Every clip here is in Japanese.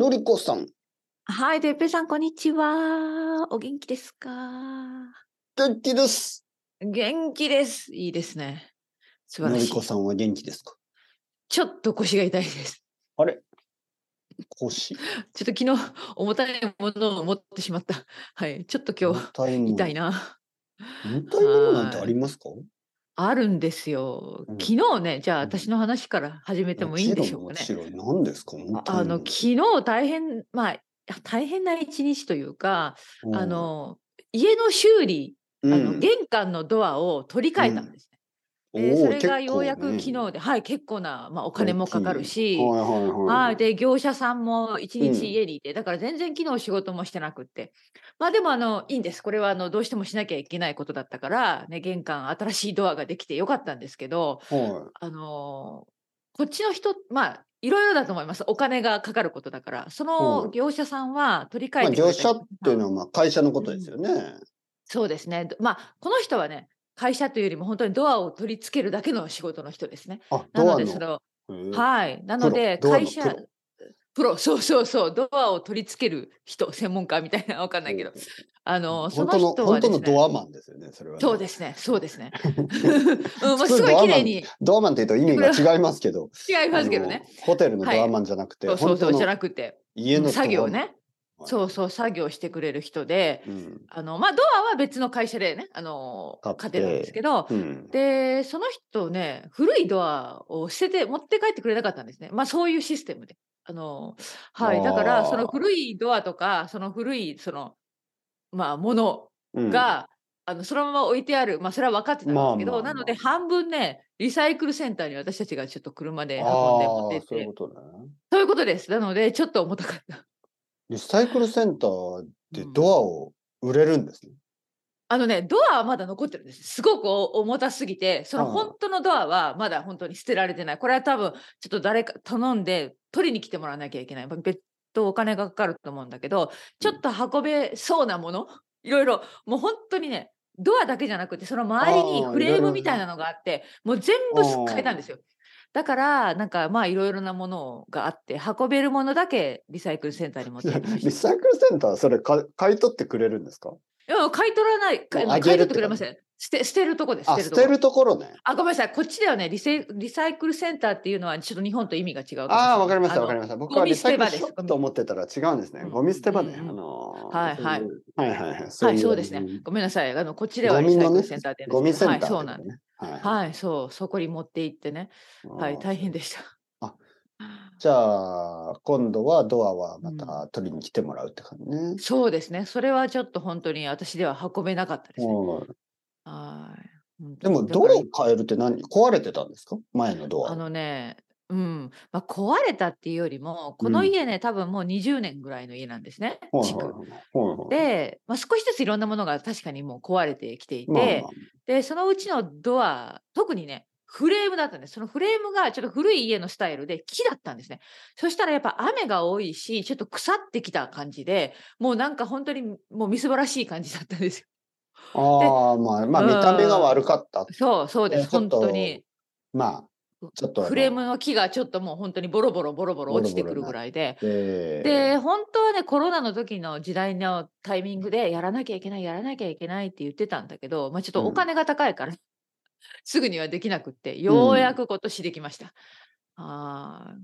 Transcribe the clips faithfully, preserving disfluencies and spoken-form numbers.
のりこさん、 はい、てっぺいさん、こんにちは。お元気ですか？ 元気です。 元気です。いいですね。素晴のらしい。 りこさんは元気ですか？ ちょっと腰が痛いです。 あれ腰。 ちょっと昨日重たいものを持ってしまった。はい、ちょっと今重日たいもの。 痛いな。 重たいものなんてあはい。 りますか？ あるんですよ。 うん。 昨日ね、じゃあうん。 私の話から始めてもいいんでもちろん、 しょうかね。 もちろん。何ですか？重ああの、 たいものって。 昨日大変、まあ、大変な一日というか、あはの、家の修理、 い。うあの、 ん。 玄関のドアを取り替えたんうん。 ですね。で、そおお、 れが結ようやく構ね、 昨日で、はい、結構な、まあ、お金大もかかるきい。 し、 はいはいはいはい、 はで、業者さんも1 い。う日ん。 家にいて、だから全然昨日仕事もしてなくって。まあ、でもあの、いいんです。これはあの、どうしてもしなきゃいけないことだったから、ね、玄関新しいドアができてよかったんですけど、 はい。 あの、こっちの人、まあ、いろいろだと思います。お金がかかることだから。そのはい。 業者さんは取り替まあ、 えてくれた業業者っ者さん、 ていうのは、まあ、会社のこうん、 とですよね。 そうですね。どまあ、この人はね、会社というよりも本当にドアを取り付けるだけの仕事の人ですね。 あ、 なのドアの、 でその、 へえ、 はい。なプロ、 のでドア会社のプロ。 プロ、そうそうそう、ドアを取り付ける人、専門家みたいな、わかんないけど。 ほうほう。 あの、その本当の、 人はですね、 本当のドアマンですよね、それはね。 そうですね、そうですね。うん、 普もうすごい通ドアマン、 綺麗にドアマンって言うと意してくれは味が違いますけど、 違いあますけどね。 の、ホテルのはい。 ドアマンじゃなくて、 そうそうそう、じゃ本当のなくて、うん、 家のドアマン。 作業ね。 はい。 そうそう、作業してくれる人で、 うん。 あの、ま、ドアは別の会社でね、あの、 買っ買ってたんですて、 けど、 うん。 で、その人ね、古いドアを捨てて持って帰ってくれなかったんですね。ま、そういうシステムで。あの、はい、だから、そのああ、 古いドアとか、その古いその、まあ、ものうん。 が、あの、そのまま置いてある、ま、それは分かってたんでまあすけど、なのでまあまあ。 半分ね、リサイクルセンターに私たちがちょっと車で運んで持ってああ、 って、 そういうことね。 そういうことです。なので、ちょっと重たかった。 リサイクルセンターでドうん。 アを売れるんですね。 あのね、ドアはまだ残ってるんです。すごくお重たすぎて、そのほあんとのドアはまだほんとに捨てられてない。これは多分ちょっと誰か頼んで取りに来てもらわなきゃいけない。ま、別途お金がかかると思うんだけど、 うん。 ちょっと運べそうなもの、いろいろ、もうほんとにね、ドアだけじゃなくて、その周りにああ、 フいろいろ、 レームみたいなのがあって、もう全あ部す変えたんですあ。 よ。だから、なんか、ま、いろいろなものがあって、運べるものだけリサイクルセンターに持って行きました。 リサイクルセンター、それか買い取ってくれるんですか？ いや、買い取らない、かあの、 もうあげ買いるって感じ？ 取ってくれません。捨て捨てるとこです、捨あ、 てるところ。 捨てるところね。 あ、ごめんなさい。こっちではね、リセリサイクルセンターっていうのは、ちょっと日本と意味が違うかもああ、 しれない。 わかりましあの、 たわかりました。僕ゴミはリサイクル捨て場です。ゴミ。 ショップと思ってたら違うんですね。 うんゴミ捨てうん、う場ね。 んうん。 あの、そういはいはい。 う、はいはいはい、そはい、 ういう、あそうですね。 の、 ごめんなさい。あの、こっちではリゴミのね、 サイクルセンターって言うんですけど、はい、 ゴミセンターっそうなんです。 てことね。はいはいはい。 はい、そう、そこに持って行ってね。はい、 ああ、そう。 大変でした。 あ、じゃあ、今度はドアはまうん。 た取りに来てもらうって感じね。 そうですね。それはちょっとほんとに私では運べなかったですね。 はい。 はい。ほんとに。 でもドアだからいを変えるって何壊れてたんですか？前のドアあを。 のね、うん、ま、壊れたっていうよりも、こうん。 の家ね、多分もうにじゅうねんぐらいの家なんですね、 はいはい築。 はい。はいはい。 で、ま、少しずついろんなものが確かにもう壊れてきていて、 まあまあ。 で、そのうちのドア、特にね、フレームだったんです。そのフレームがちょっと古い家のスタイルで木だったんですね。そしたらやっぱ雨が多いし、ちょっと腐ってきた感じで、もうなんかほんとにもうみすぼらしい感じだったんですよ。で、 ああ、まあ、まあ、 う見た目がーん。 悪かった。 そう、そうです。 で、ちょほっと、 んとに。 まあ、 うちょっとあフレームの、 の木がちょっともうほんとにボロボロボロボロボ落ちてくるロボロになっぐらいで、で、 て、 本当はね、コロナの時の時代のタイミングでやらなきゃいけない、やらなきゃいけないって言ってたんだけど、ま、ちょっうん、 とお金が高いから、すぐにはできなくって、 うん。 ようやく今年できました。はい。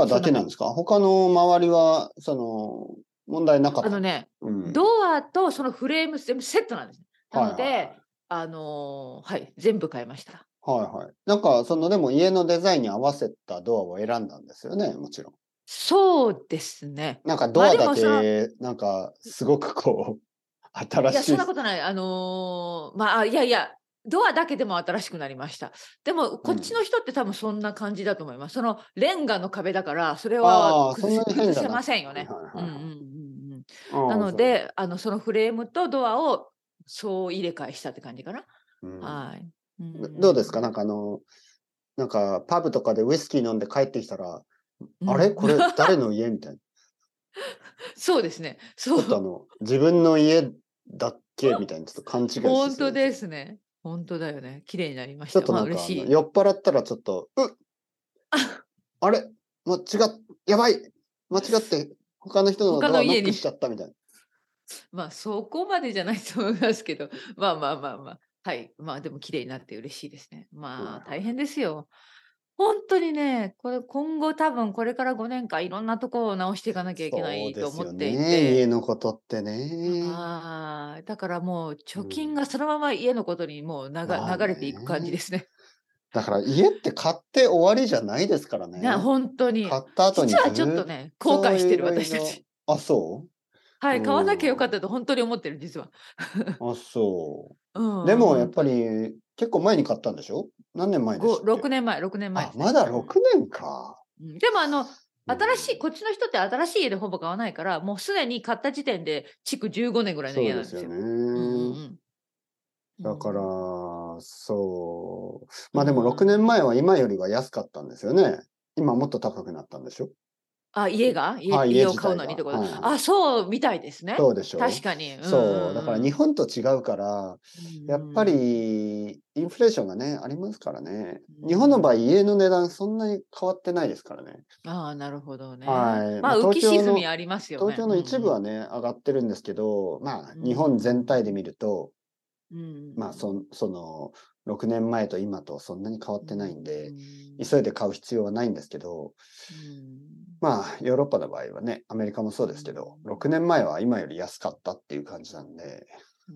ドアだそんな感じ。 けなんですか？他の周りは、その、問題なかったんですか？ あのね、 うん。 ドアとそのフレーム全部セットなんですね。なはいはいので、 はい。 あの、はい、全部買いました。 はいはい。なんか、その、でも家のデザインに合わせたドアを選んだんですよね？もちろん。 そうですね。 なんかま、 ドアだでもそのけ、なんかすごくこう、新いや、 しい、 そんなことない。あの、まあ、いやいや、ドアだけでも新しくなりました。でも、こっちうん。 の人って多分そんな感じだと思います。そのレンガの壁だから、それはああ、そんなに崩せ崩せ変じゃなく、 ませんよね。 はいはいはいうんうんうはい。 んうん。なああ、そう。 ので、あの、そのフレームとドアを総入れ替えしたって感じかな。 うん。 はい。うんうどどうですか？ ん。 なんかあの、なんかパブとかでウイスキー飲んで帰ってきたら、あれ、 うん。 これ誰の家みたいな。 そうですね。そう。 ちょっとあの、自分の家だっけみたいにちょっと勘違いしほんとそうですよ。 ですね。ほんとだよね。綺麗になりましちょった。まあ、 となんかあの、 嬉しい。 酔っ払ったらちょっと、う、あれ、間違っやばい、間違って他の人の他の家に。 ドアノックしちゃったみたいな。 まあ、そこまでじゃないと思いますけど、まあまあまあまあ、はい。まあ、でも綺麗になって嬉しいですね。まあ、大はいはい。 変ですよ。本当にね、これ今後多分これからごねんかんいろんなところを直していかなきゃいけなそうですいと思っていよね、 て、 家のことってね。 ああ、だからもうう貯金がん。 そのまま家のことにもう流まあ流れていく感じでね。 すね。 だから家って買って終わりじゃないですからいや、 ね。 本当に。 買った後に実はちょっとずっね、後悔といしてるろいろ。 私たち。 あ、そはう？ い、買わなきゃよかっうん。 たと本当に思ってる、実は。 あ、そうう。でんうん、 もやっぱ本当に。 り結構前に買ったんでしょ？何年前でしごたっけ？ ろくねんまえ、ろくねんまえであ、 すね。 まだうん。 ろくねんか。 うん、でもあの、 うん。 新しいこっちの人って新しい家でほぼ買わないから、もうすでに買った時点で築じゅうごねんぐらいのそうですよ家なんですよ。うんうんね。 うん。うだから、 ん。 そう。 うまあでも6 ん。 年前は今よりは安かったんですよね。今もっと高くなったんでしょ？ あ、家が？家はい、家家を買う自体が。 のにってこと？あ、 はいはい。 そうみたいですね。 そうでしょ？ 確かに。うんうんそう、だからうん。 日本と違うから、 うんやっぱうん。 りインフレーションがね、ありますからね。 う日本の場合、 ん。 家の値段そんなに変わってないですからね。 ああ、なるほどね。 はい。 まあ、 まあ、東浮き京の沈みありますよね。うんう東京の一部ん。 はね、上がってるんですけど、まあ、 う日本全体でん。 見ると、 うん。 まあ、そんその、ろくねんまえと今とそんなに変わってなうん。 いんで、 うん。 急いで買う必要はないんですけど、 うん。 まあ、ヨーロッパの場合はね、アメリカもうそうですけど、 ん。 ろくねんまえは今より安かったっていう感じなんで、 うん。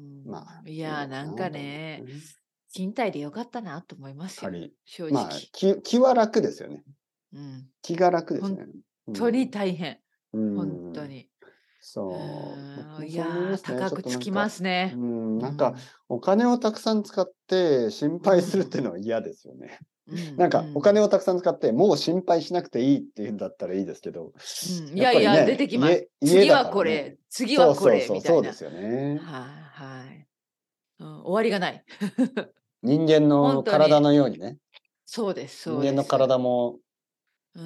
まあ、 いや、 いいのかなんかなと思いますね、 ね。 賃貸でよかったなと思いますよ、 仮。 正まあ、 直。 気気は楽ですよね。 うん。 気が楽です本ね。う当にん。 大変。 う本当ん。 に。うそう。僕ーん、 もいそう思いまや、 すね。ちょっ高くつきまとなんか、 すね。 うん、なんか、 うん。 お金をたくさん使って心う配するっていうん。 のは嫌ですよね。 うん、 なんか、おうん。 金をたくさん使って、もう心配しなくていいっていうんだったらいいですけど、 うん、いやっやいや、出ぱりね、 てきます。 家、家次だはこれ、 からね。 次はこれそうそうそう、 みたいな。 そうですよね。 はい、はい。うん、終わりがない。 人間の体本当に。 のようにね。 そうです人間のそうです。 体も、 うん。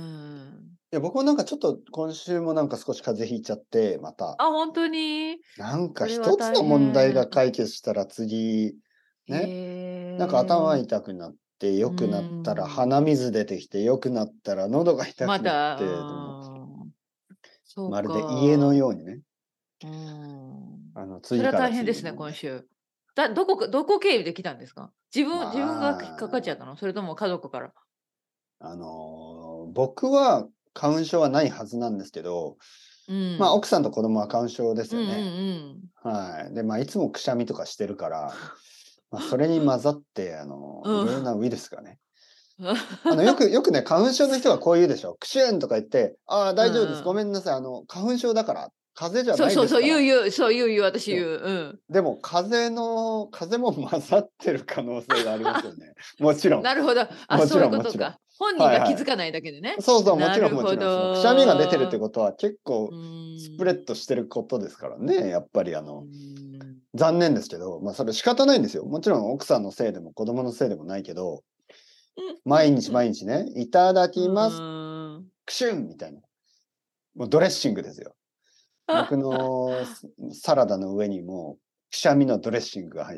いや、僕もなんかちょっと今週もなんか少し風邪ひいちゃって、また。 あ、本当に？ なんかそれは大一つの問題が変。 解決したら次、 へね、なんか頭え。 痛くなって、 う良くなったら鼻ん。 水出てきて、良くなったら喉が痛くなっまた、 て、でも、 うん、そうまるで家のか。 ようにね、 うん。 あの、 それは次から大変ですね、 次にもうね。 今週。だどこかどこ経由で来たんですか？自分自分が引っかかっちゃっまあ、 たの？それとも家族から？ あの、僕は花粉症はないはずなんですけど、まあ、 うん。 奥さんと子供は花粉症ですうんうんよね。 うん。 はい。で、まあ、いつもくしゃみとかしてるから、まあ、それに混ざって、あの、いうん。 ろいろなウイルスがね、あの、よくよくね、花粉症の人がこう言うでしょ。クシュンとか言って、ああ、 うん大丈夫です。 うん。 ごめんなさい。あの、花粉症だから、風邪じゃないそうそうそう、 ですから。 言う言う、そう言う言う、私言う。 そう。 うん。 でも、風邪の風邪も混ざってる可能性がありますよね。もちろん。 なるほど。あ、 もちそういうろんもちろん。 ことか。本人はいはい。 が気づかないだけでね。 そうそう、もちろんなるほもちろん。そのくしゃみが出てるってど。 ことは結構うスプレーん。 ッドしてることですからね。やっぱりあうの、 ーん。 残念ですけど、まあそれ仕方ないんですよ。もちろん奥さんのせいでも子供のせいでもないけど、 うんう毎日んうん。 毎日ね、いただうきます。 ーん。 クシュンみたいな。もうドレッシングですよ。僕のスサラダの上にもくしゃみのドレッシングが入って、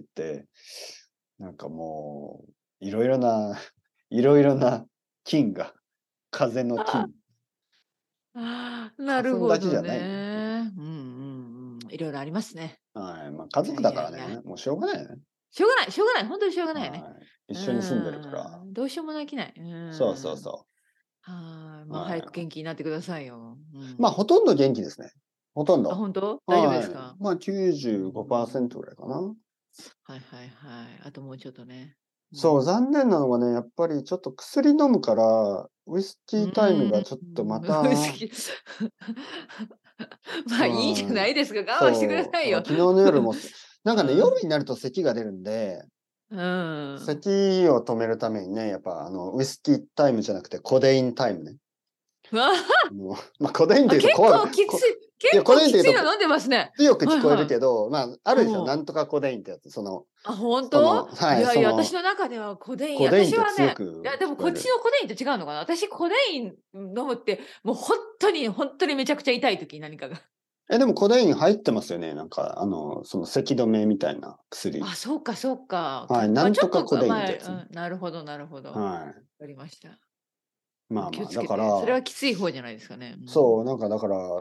なんかもう、いろいろな、いろいろな菌が、風邪の菌、 ああ、な花粉だけじるほどゃないね。 ね。うんうんうん。いろいろありますね。 はい。まあ家いや族いやいや。 だからね、もうしょうがないよね。 しょうがないしょうがない、ほんとにしょうがないよね。 はい。一う緒に住んでるから。 ーん、どうしようもなきない。うそうそーん。 うそはい、 う。 ま、早くはい。 元気になってくださいよ。うまあん。 ほとんど元気ですね。ほとんあ、 ど。 ほんと？大丈夫ではい。 すか？ まあうーん。 きゅうじゅうごパーセントぐらいかな。 はいはいはい。あともうちょっとね。うそう、 ん。 残念なのがね、やっぱりちょっと薬飲むから、ウイスキうータイムーん、 がちょっとまウイスた、 キーまあ、いいじゃはい。 ないですか、我慢してくだそう、 さいよ。 だから昨日の夜も、すなんかね、夜うん。 になると咳が出るんで、 うーん。 咳を止めるためにね、やっぱあの、ウイスキータイムじゃなくてコデインタイムね。 わあ、 もう、ま、コデインってあ、結言うと怖い、 構きついこいや、コ結構きデインって言うと、 ついの飲んでますね。 強く聞こえるはいはい。 けど、まあ、あるでしょ、 うん。 なんとかコデインってやつ、そのあ、本当？ そのはい、 いやいや、私その、 の中ではコデインコデインって私はね、い強くやでもこっち聞こえる。 のコデインと違うのかな。私コデイン飲むって、もうほんとにほんとにめちゃくちゃ痛い時、何かが。 え、でもコデイン入ってますよね、なんか、あの、その咳止めみたいな薬。 あ、そうかそうか。 はい、 きあ、 なんちょっと、 とかコデインっまあ、 てやつね。 うん、なるほどなるほど。わはい。 かりました。うん、気をまあまあ、だつけて。それから、 はきつい方じゃないですかね。うん。 そう、なんかだから、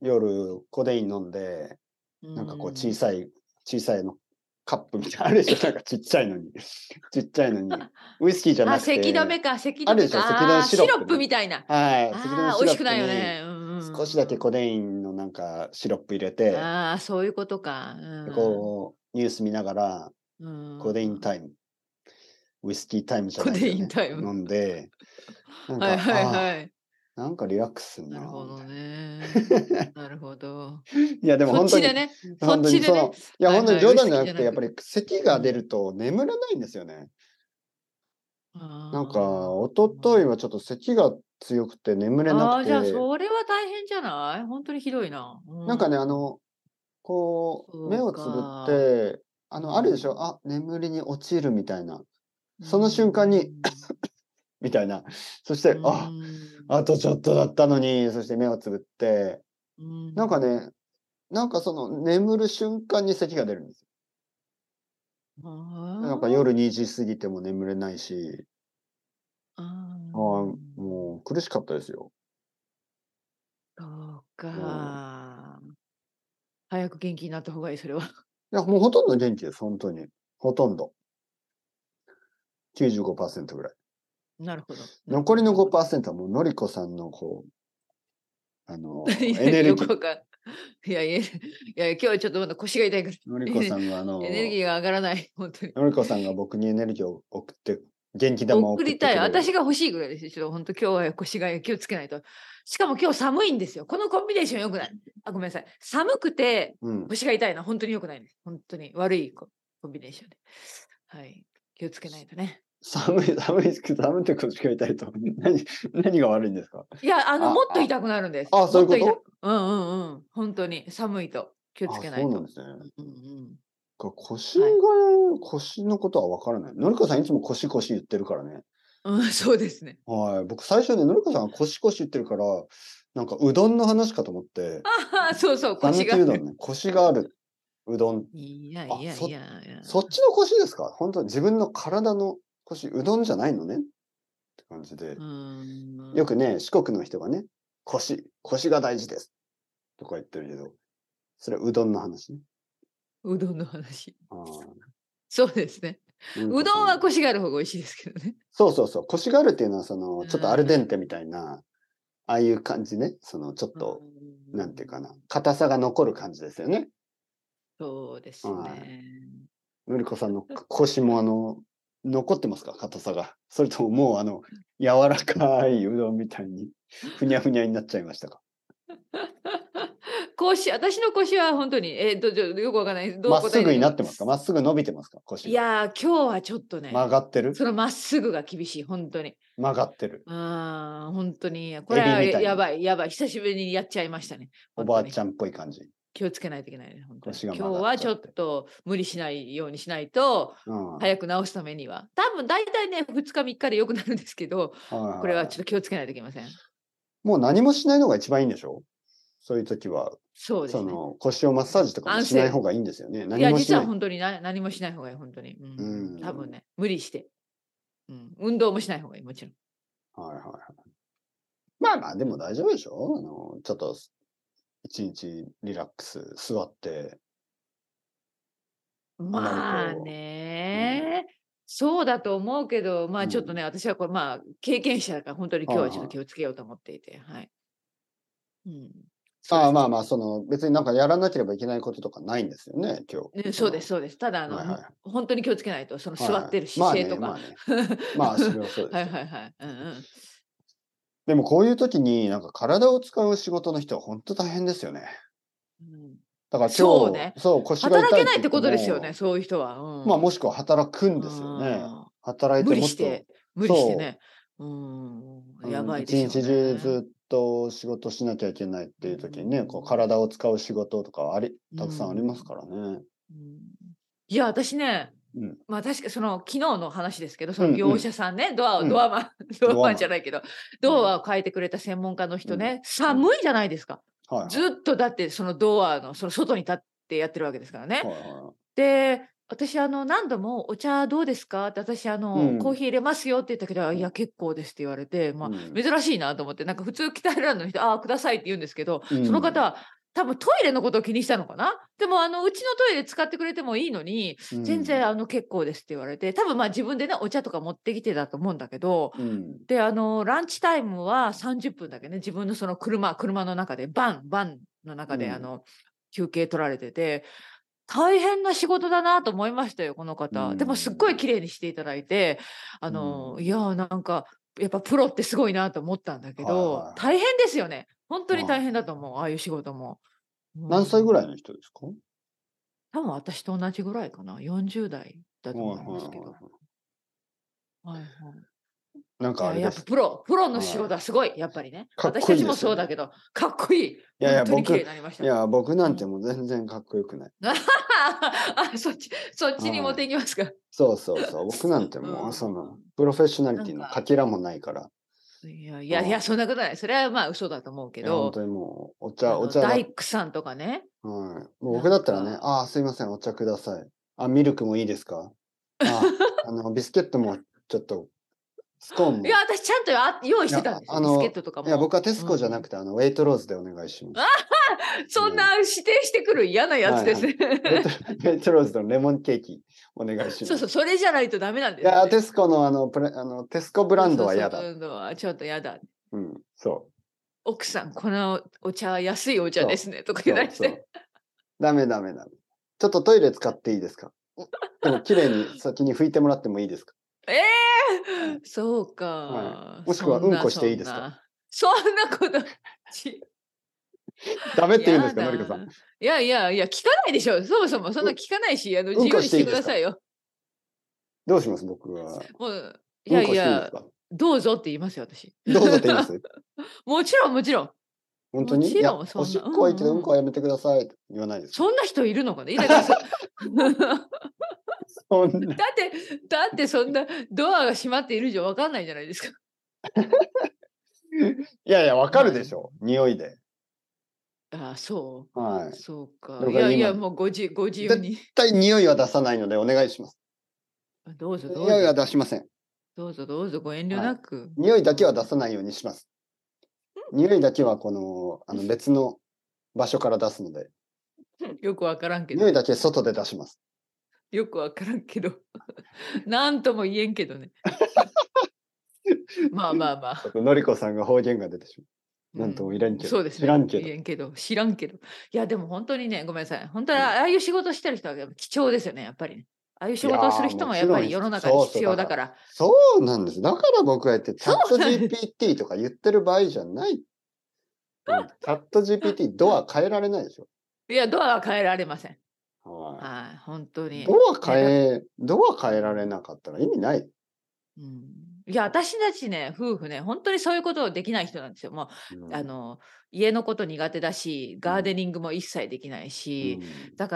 夜コデイン飲んで、なんかこう小い。 さい、小さいのカップみたいな、あるでしょ、なんかちっちゃいのに。ちっちゃいのに。ウイスキーじゃあ、 なく咳止めて、 か、咳あるでしょ、 止めか。 咳止めああ、シロップシロップね。 みたいな。 はい、咳止めああ、美シロッ味しくないよプにね。うん少しだけうんコデインのなんかシロップ入れうん。 て、 ああ、そういうことか。 でうん。 こう、ニュース見ながら、 うコデインん。 タイム、ウイスキータイムじゃコデないですよね。 インタイム。 飲んで、なんか、 はいはいああ、 はい。 なんかリラックスすんななるほどみたいね。 な。 なるほど。 いや、でもそっ本当に、 ちでね、そっ本当ちでね。 にその、いや、本当にはいはい、ウイス冗談じゃなくて、 キーじゃなく。 やっぱり咳が出うん。 ると眠らないんですよね。なんか、 あ一昨日はちょっと咳が強くて眠れあ。 なくああ、じゃあて、 それは大変じゃない？本当にひどいな。うなんかね、あん。 の、こう、目そうをつぶっか。 て、あうの、あるでしょ、 ん。 あ、眠りに落ちるみたいな。 うその瞬間に、 ん。 みたいな。そしうて、あ、 ん。 あとちょっとだったのに、そして目をつぶって、 うん。 なんかね、なんかその眠る瞬間に咳が出るんですよ。なんかあ夜にじ過ぎても眠れないし、 あ。あああ、 あ。 もう苦しかったですよ。 そううん。 か。早く元気になった方がいい、それは。 いや、もうほとんど元気です、本当に。ほとんど。きゅうじゅうごパーセントぐらい。 なるほど。なるほど、 残りのなるほど。 ごパーセントはもうのりこさんのこう、あの、エいや、 ネルギー。 よくわかんいやいや、いや、今日はちょっとまだ腰が痛いから、 のりこさんがあエネルの、 ギーが上がらない、本当に。 のりこさんが僕にエネルギーを送って、元気玉を送っ送りたい。 てくれる。 私が欲しいぐらいですよ。ちょっと本当今日は腰が気をつけないと。しかも今日寒いんですよ。このコンビネーション良くない。あ、ごめんなさい。寒くてうん。 腰が痛いのは本当に良くないんです。本当に悪いココンビネーションで。はい。気をつけないとね。 寒い、寒い、寒いって腰が痛いと。何、何が悪いんですか？ いや、あの、 あ、あ、 もっと痛くなるんです。 あ、そういうこともっと痛く。うんうんうん。本当に寒いと気をつあ、 けないと。 そうなんですね。 うんうん。 か腰はい。 が腰のことはわからない。のりこさんいつも腰腰言ってるからね。 うん、そうですね。 はい。僕最初ね、のりこさんが腰腰言ってるから、なんかうどんの話かと思って、 ああ、そうそう、腰讃岐がある。 うどんね、腰があるうどん。 いやいあ、そやいやいや。 そっちの腰ですか？本当自分の体の腰、うどんじゃないのねって感じで。 うーん。 よくね、四国の人がね、腰、腰が大事ですとか言ってるけど、それはうどんの話ね。 うどんの話。 ああ、 そうですね。 のりうこさん。 どんは腰がある方が美味しいですけどね。 そうそうそう、腰があるっていうのは、その、 うちょっとアルデンテみん。 たいな、ああいう感じね、その、ちょっうと、なんていうかな、 ん。 硬さが残る感じですよね。 そうですはい。 ね。 のりこさんの腰も、あの、残ってますか？硬さが。それとももう、あの、柔らかいうどんみたいに、ふにゃふにゃになっちゃいましたか？ 腰、私の腰は本当に、えっと、ちょよくわかんない。どうまっすぐ答えていいのか。 になってますか？まっすぐ伸びてますか？腰が。 いやー、今日はちょっとね、 曲がってる？ そのまっすぐが厳しい、本当に。 曲がってる。 ああ、本当に。こエれはビみたいに、 やばいやばい。久しぶりにやっちゃいましたね、本当に。 おばあちゃんっぽい感じ。 気をつけないといけないね、本当に。 腰が曲がっ今日はちょっちゃって。 と無理しないようにしないと、 うん。はい早く治すためには。多分大体ね、ふつかみっかで良くなるんですけど、 はいこれはちょっはい。 と気をつけないといけません。 もう何もしないのが一番いいんでしょ？そういう時は。 そうですね。 その、腰をマッサージとかも安静。 しない方がいいんですよね。 いや、 何もしない。 実は本当にな何もしない方がいい、本当に。ううん、多分ん。 ね、無理して。うん、運動もしない方がいい、もちろん。 はいはいはい。まあまあ、でうん。 も大丈夫でしょ？あの、ちょっと一日リラックス、座って、あまりまあこう、うん。 ね、そうだと思うけど、まうん。 あちょっとね、私はこれ、まあ経験者だから、本当に今日はちょっとはいはい。 気をつけようと思っていて、はい。うん、そうああ、 ですね。 まあまあ、その、別になんかやらなければいけないこととかないんですよね、今日。 ね、そうですその、 そうです。ただあの、ほはいはい。 本当に気をつけないと、そのはいはい。 座ってるまあね、 姿勢とか。 まあね。まあ、それはそうではいすよ。 はいはい。うんうん。 でもこういう時に、なんか体を使う仕事の人は本当大変ですよね。 うん。 だからそうね。 今日、そう、腰が働痛いって言ってけないってことですよね、 も、 そういう人は。 まあ、 うん。 もしくは働くんうですよね。 ーん。 働い無てもっと、 理して無理してそね。うーん、 う、 やうん、 ばいでしょう一日中ね。 ずっと仕事しなきゃいけないっうーていう時にね、こうん。 体を使う仕事とかありうーたくさんありますん。 からね。 うん。いや、私ね、 うん。 まあ、確かその昨日の話ですけど、その業うんうん。 者さんね、ドアをうん。 ドアマンドアマドアマン。 ンじゃないけど、 うん。 ドアを変えてくれた専門家のうん。 人ね、 うん。 寒いじゃないですか。 はいはい。 ずっとだってそのドアのその外に立ってやってるわけですからね。 はいはい。 で、 私あの何度も「お茶どうですか？」って私あうの「コーん。 ヒー入れますよ」って言ったけど、「あ、 うん。 いや結構です」って言われて、まうあん。 珍しいなと思って、なんか普通北アイルランドの人、「ああ、ください」って言うんですけど、 うん。 その方は多分トイレのことを気にしたのかな。でもあの「うちのトイレ使ってくれてもいいのに、 う全然ん。 あの結構です」って言われて、多分まあ自分でね、お茶とか持ってきてたと思うんだけど、 うん。 で、あのランチタイムはさんじゅっぷんだけね、自分のその車車の中でバンバンの中であうん。 の休憩取られてて、大変な仕事だなと思いましたよ、このう方。でもすっごいん。 綺麗にしていただいて、あうの、いん。 や、なんかやっぱプロってすごいなと思ったんだけはいど、 はいは大変ですよね。ほんとい。 に大変だまあ、 と思う、ああいう仕事も。う何歳ぐらん。 いの人ですか？ 多分私と同じぐらいかな、よんじゅう代だとはいはい思いますけど。 はいはい。 はいはい。 なんいや、やっぱかあれです。 プロプロの仕はい。 事はすごい、やっぱりね。 かっこいい私たちもですよね。 そうだけど、かっこいい。 いやいや、 ほんとに綺麗僕になりました。 いや、僕なんてうん。 もう全然かっこよくない。 あ、そっちそっちに持っはい。 ていきますか。 そうそうそう。僕なんてうもうそん。 の、プロフェッショナリティのかなんか、 けらもないから。 いやいやいや、 はい。 そんなことない。それはまあ嘘だと思うけいや、ほんど、 とにもう、おあの茶お茶だ大工さんとかね、 はい。もうなん僕だったらね、 か。 「ああ、すいません、お茶ください。あ、ミルクもいいですか？あ、あの、ビスケットもちょっと、スコーンいや、 も」 私ちゃんとあ用意いや、 してたんですよ、ビスケッあの、 トとかいや、僕も。 はテスうん。 コじゃなくて、あの、ウェイトローズでお願いします。 そんうん。 な指定してくる嫌なやつはいはい。 ですね。 ウェイトウェイトローズのレモンケーキお願いしそうそう、 ます。 それじゃないとダメなんいや、テですよね。 スコのあの、プレあの、テスコブランそうそうそう、 ドは嫌だ。 いうのはちょっと嫌だ。 うん、そう。 奥さん、このお茶は安いお茶でそう。 すねとか言われて。 そうそう。ダメダメダメ。ちょっとトイレ使っていいですか？でも綺麗に先に拭いてもらってもいいですか？ ええ！ はい。 そうはい。 か。 もしくはうんこしそんなそていいですか？ んな。そんなこと、ちダメって言うんですやか？のりこさん。 だ。いやいやいや、聞かないでしょ。そもそもそんなう聞かないし、あの、 うんこ自由にしてしていいですか？ くださいよ。 どうします？僕は。 もう、いやうんいや、 こしていいですか？ どうぞって言いますよ、私。 どうぞって言います？ もちろんもちろん。 ほんとに？いもちろや、おんそんな、うしっこはいいけど、うんんうん。 こはやめてくださいって言わないですか？ そんな人いるのかね。いだからそそんな。 だってだってそんなドアが閉まっている以上わかんないじゃないですか。 いやいや、分かるはい。 でしょ、匂いで。 ああ、そう。 はい。 そうか。 だから今、 いやいや、もうごじご自由絶に。 対匂いは出さないのでお願いします。 あ、どうぞどう匂いはぞ。 出しません。 どうぞどうぞ、ご遠慮はい。 なく。 匂いだけは出うん。 さないようにします。匂いだけはこの、あの、別の場所から出すので、 よくわからんけど。 匂いだけ外で出します。 よくわからんけど。なんとも言えんけどね。まあまあまあ。 ちょっとのりこさんが方言が出てしまう。なんともうん、 言えんけど、 そうですね。 知らんけど。 言えんけど、知らんけど。いや、でも本当にね、ごめんなさい。本当にうん。 ああいう仕事してる人はやっぱ貴重ですよね、やっぱりね。ああいう仕いやー、 事をする人もちろん、 もやっぱり世の中にそうそう、 必だから、 要だから。 そうなんです。だから僕は言って、チそャットうなんです。 ジーピーティー とか言ってる場合じゃない。うん、チャット ジーピーティー ドア変えられないでしょ。 いや、ドアは変えられません。 ははい、本当い。 に。 ドアね、だ変えドア変えられうん。 なかったら意味ない。 うん。いや、私たちね、夫婦ね、本当にそういうことできない人なんですよ。もう、 うん。 あの、家のこと苦手だし、ガーデうん。 ニングも一切できないうし、 ん。 だから、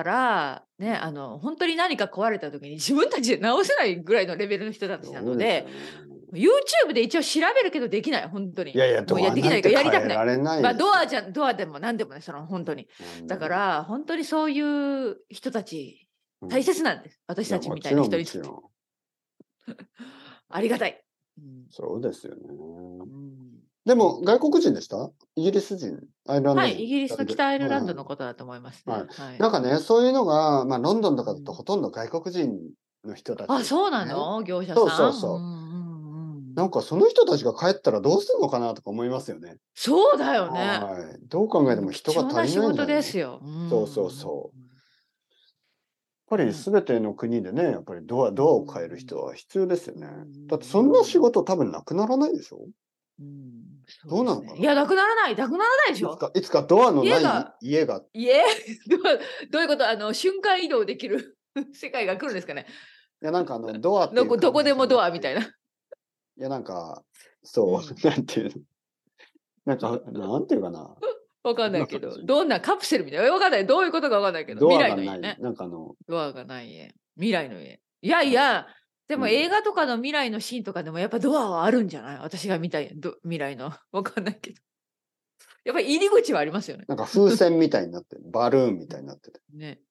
ね、 うん。 あの、本当に何か壊れた時に自分たちで直せないぐらいのレベルの人たちなので、 そうですよね。 YouTube で一応調べるけどできない、本当に。 いやいや、 もう、いや、 ドアできないかなんて変やりたくない。 えられないまあ、 ですよ。 ドアじゃドアでも何でもね、その、本当に。 なんでも。 だから、本当にそういう人たち、大うん。 切なんです。私いや、 たちみたいなもちろん人にとって。 もちろん。 ありがたい。うん。 そうですよね。 うん。 でも、 本当に。 外国人でした？イギリス人、アイルランはい、 ド人、 イギリスのふたりで。 北アイルランドはいはい。 のことだと思いますはい。 ね。はい。 なんかね、そういうのが、ま、ロンドンとかだとうん。 ほとんど外国人の人たちあ、 ですそうなね。 の？業者そうそさん？ううそう。 んうんうん。 なんかその人たちが帰ったらどうすんのかなとか思いますよね。 そうだよね。 はい。どう考えてもう貴も人が重な仕事足りないんじゃないの？ ですよ。うそうそうん。 そう。やっぱりね。 全ての国でね、やっぱりドアうドアを変えるん。 人は必要ですよね。 うんうんだってそんな仕うん。 事多分なくならないでしょ？ うん、そうですね。 どうなのかな？ いや、なくならない、なくならないでしょ。 いつかいつかドアのない家が家が家？どうどういうこと？あの、瞬間移動できる世界が来るんですかね？ いやなんかあのドアってどこどいう感じこでもドじゃなくて、 アみたいな。 いやなんか、そう、 うん。 なんていうの、なんか、なんていうかな、 わかんないけど、 なんかどんなカプセルみたいな、わかんない。どういうことかわかんないけど、未ドアがない、 来の家ね。 なんかあの、 ドアがない家。未来の家。いやいあ、 や、でも映うん。 画とかの未来のシーンとかでもやっぱドアはあるんじゃない？私が見たいど未来の。わかんないけど。やっぱり入り口はありますよね。 なんか風船みたいになってる、バルーンみたいになってて。 ね。